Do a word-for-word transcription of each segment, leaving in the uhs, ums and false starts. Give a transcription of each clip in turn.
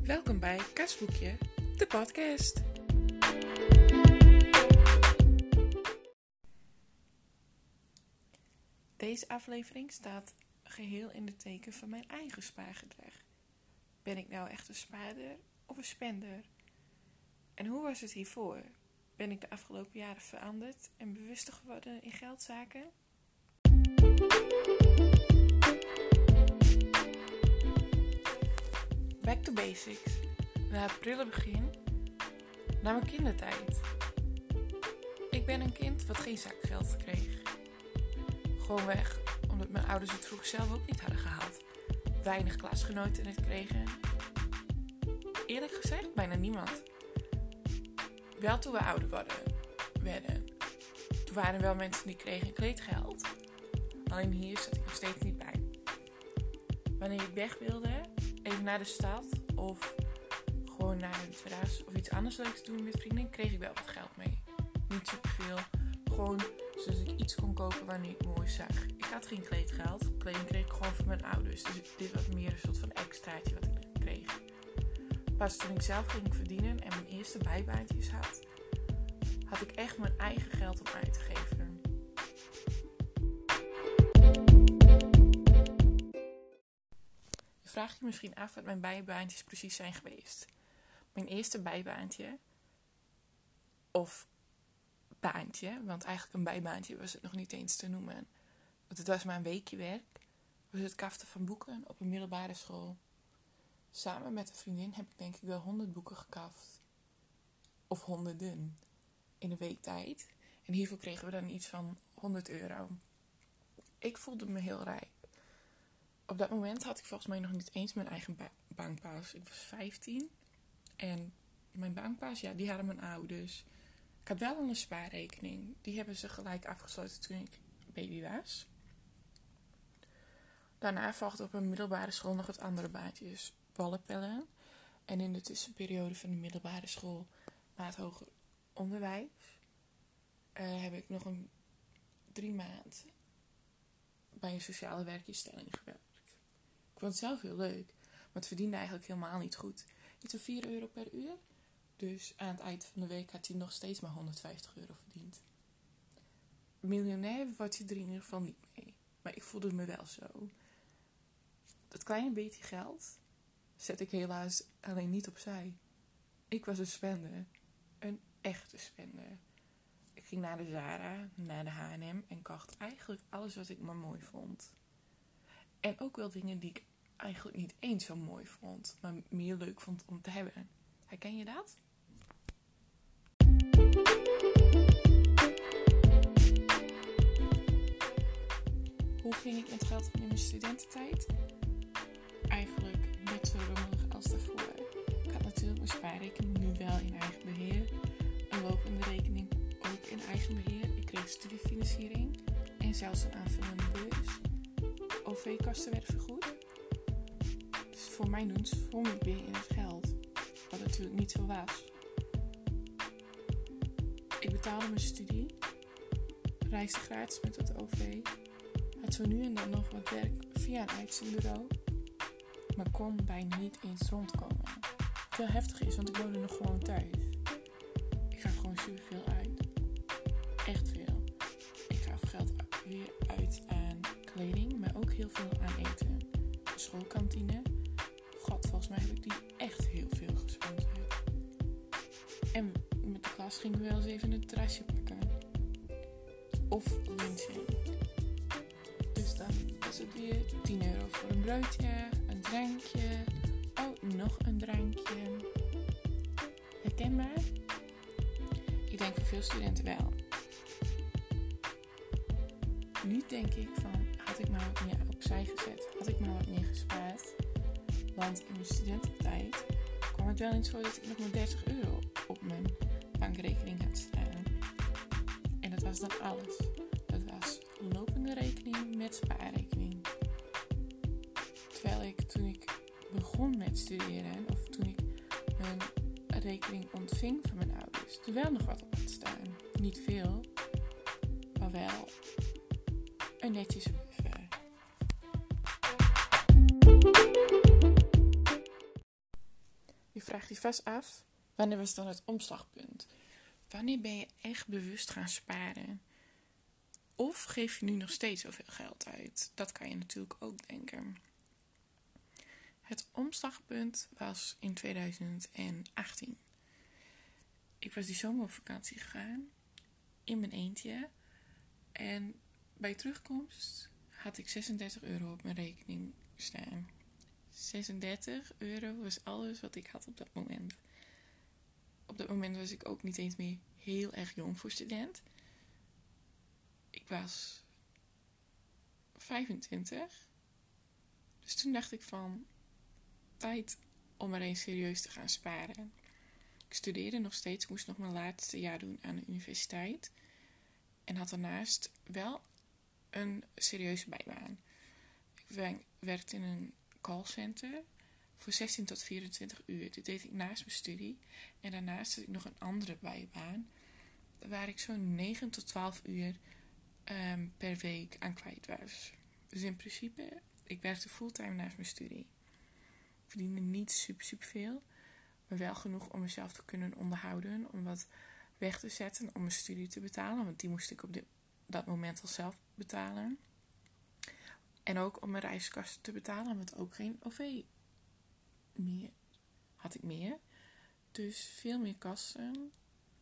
Welkom bij Kasboekje, de podcast. Deze aflevering staat geheel in het teken van mijn eigen spaargedrag. Ben ik nou echt een spaarder of een spender? En hoe was het hiervoor? Ben ik de afgelopen jaren veranderd en bewuster geworden in geldzaken? Back to basics. Na het prille begin, naar mijn kindertijd. Ik ben een kind wat geen zakgeld kreeg. Gewoonweg omdat mijn ouders het vroeger zelf ook niet hadden gehaald. Weinig klasgenoten het kregen. Eerlijk gezegd, bijna niemand. Wel toen we ouder worden, werden. Toen waren er wel mensen die kregen kleedgeld. Alleen hier zat ik nog steeds niet bij. Wanneer ik weg wilde, even naar de stad of gewoon naar het terras of iets anders leuks doen met vrienden, kreeg ik wel wat geld mee. Niet superveel. Gewoon zodat ik iets kon kopen wanneer ik mooi zag. Ik had geen kleedgeld. Kleding kreeg ik gewoon van mijn ouders. Dus dit was meer een soort van extraatje wat ik kreeg. Pas toen ik zelf ging verdienen en mijn eerste bijbaantjes had, had ik echt mijn eigen geld om uit te geven. Je vraagt je misschien af wat mijn bijbaantjes precies zijn geweest. Mijn eerste bijbaantje, of baantje, want eigenlijk een bijbaantje was het nog niet eens te noemen, want het was maar een weekje werk, was het kaften van boeken op een middelbare school. Samen met een vriendin heb ik denk ik wel honderd boeken gekaft. Of honderden. In een week tijd. En hiervoor kregen we dan iets van honderd euro. Ik voelde me heel rijk. Op dat moment had ik volgens mij nog niet eens mijn eigen ba- bankpaas. Ik was vijftien. En mijn bankpaas, ja, die hadden mijn ouders. Ik had wel een spaarrekening. Die hebben ze gelijk afgesloten toen ik baby was. Daarna volgde op een middelbare school nog wat andere baantjes. Ballenpellen. En in de tussenperiode van de middelbare school naar het hoger onderwijs uh, heb ik nog een drie maanden bij een sociale werkinstelling gewerkt. Ik vond het zelf heel leuk, maar het verdiende eigenlijk helemaal niet goed. Iets van vier euro per uur. Dus aan het eind van de week had hij nog steeds maar honderdvijftig euro verdiend. Miljonair word je er in ieder geval niet mee. Maar ik voelde me wel zo. Dat kleine beetje geld zet ik helaas alleen niet opzij. Ik was een spender. Een echte spender. Ik ging naar de Zara, naar de H en M en kocht eigenlijk alles wat ik maar mooi vond. En ook wel dingen die ik eigenlijk niet eens zo mooi vond, maar meer leuk vond om te hebben. Herken je dat? Hoe ging ik met geld om in mijn studententijd? Eigenlijk net zo rommelig als daarvoor. Ik had natuurlijk mijn spaarrekening nu wel in eigen beheer. Een lopende rekening ook in eigen beheer. Ik kreeg studiefinanciering en zelfs een aanvullende beurs. O V-kosten werden vergoed. Dus voor mijn doen zwom ik weer in het geld. Wat natuurlijk niet zo was. Ik betaalde mijn studie. Reisde gratis met het O V. Had zo nu en dan nog wat werk via een uitzendbureau. Maar kon bijna niet eens rondkomen. Wat heel heftig is, want ik woonde nog gewoon thuis. Ik gaf gewoon superveel uit. Echt veel. Ik gaf geld weer uit aan kleding, maar ook heel veel aan eten. De schoolkantine. God, volgens mij heb ik die echt heel veel gesponsord. En met de klas gingen we wel eens even een terrasje pakken. Of lunchen. Dus dan was het weer tien euro voor een broodje, een drankje. Oh, nog een drankje. Herkenbaar? Ik denk voor veel studenten wel. Nu denk ik van, had ik maar wat meer opzij gezet. Had ik maar wat meer gespaard. Want in mijn studententijd kwam het wel eens voor dat ik nog maar dertig euro op mijn bankrekening had staan. En dat was dan alles. Dat was lopende rekening met spaarrekening. Terwijl ik toen ik begon met studeren, of toen ik mijn rekening ontving van mijn ouders, er wel nog wat op had staan. Niet veel, maar wel een netjes buffer. vraagt je vast af, wanneer was dan het omslagpunt? Wanneer ben je echt bewust gaan sparen? Of geef je nu nog steeds zoveel geld uit? Dat kan je natuurlijk ook denken. Het omslagpunt was in tweeduizend achttien. Ik was die zomer op vakantie gegaan, in mijn eentje. En bij terugkomst had ik zesendertig euro op mijn rekening staan. zesendertig euro was alles wat ik had op dat moment. Op dat moment was ik ook niet eens meer heel erg jong voor student. Ik was vijfentwintig. Dus toen dacht ik van, tijd om maar eens serieus te gaan sparen. Ik studeerde nog steeds, moest nog mijn laatste jaar doen aan de universiteit. En had daarnaast wel een serieuze bijbaan. Ik werkte in een callcenter voor zestien tot vierentwintig uur. Dit deed ik naast mijn studie. En daarnaast had ik nog een andere bijbaan, waar ik zo'n negen tot twaalf uur um, per week aan kwijt was. Dus in principe, ik werkte fulltime naast mijn studie. Ik verdiende niet super, super veel, maar wel genoeg om mezelf te kunnen onderhouden, om wat weg te zetten om mijn studie te betalen, want die moest ik op dit, dat moment al zelf betalen. En ook om mijn reiskosten te betalen, want ook geen O V meer had ik meer. Dus veel meer kasten.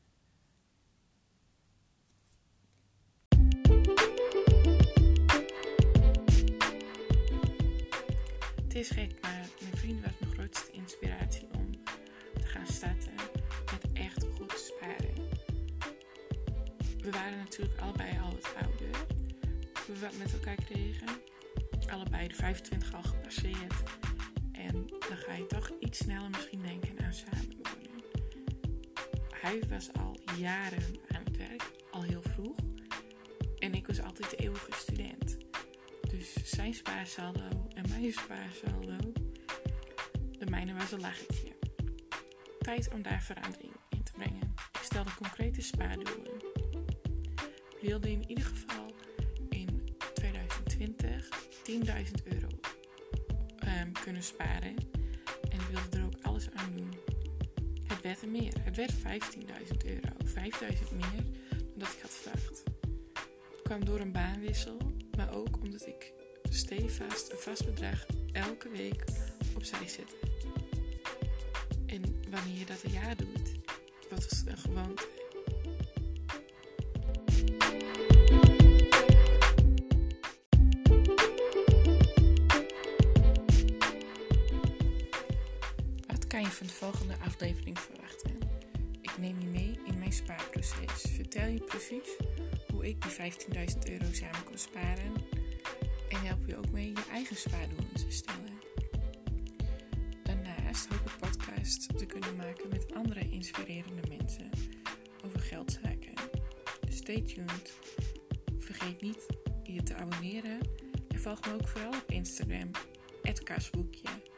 Het is gek, maar mijn vriend was mijn grootste inspiratie om te gaan starten met echt goed te sparen. We waren natuurlijk allebei al wat ouder. Toen we wat met elkaar kregen, allebei de vijfentwintig al gepasseerd. En dan ga je toch iets sneller misschien denken aan samenwonen. Hij was al jaren aan het werk, al heel vroeg. En ik was altijd de eeuwige student. Dus zijn spaarsaldo en mijn spaarsaldo, de mijne was een laggetje. Tijd om daar verandering in te brengen. Ik stelde concrete spaardoelen. Ik wilde in ieder geval in tweeduizend twintig tienduizend euro um, kunnen sparen. En ik wilde er ook alles aan doen. Het werd er meer. Het werd vijftienduizend euro. vijfduizend meer dan dat ik had verwacht. Het kwam door een baanwissel, maar ook omdat ik stevast een vast bedrag elke week opzij zette. En wanneer je dat een jaar doet, wordt het een gewoonte. Wat kan je van de volgende aflevering verwachten? Ik neem je mee in mijn spaarproces. Vertel je precies hoe ik die vijftienduizend euro samen kon sparen. En help je ook mee je eigen spaardoelen te stellen. Daarnaast hoop ik podcast te kunnen maken met andere inspirerende mensen over geldzaken. Dus stay tuned. Vergeet niet je te abonneren. En volg me ook vooral op Instagram, at kasboekje.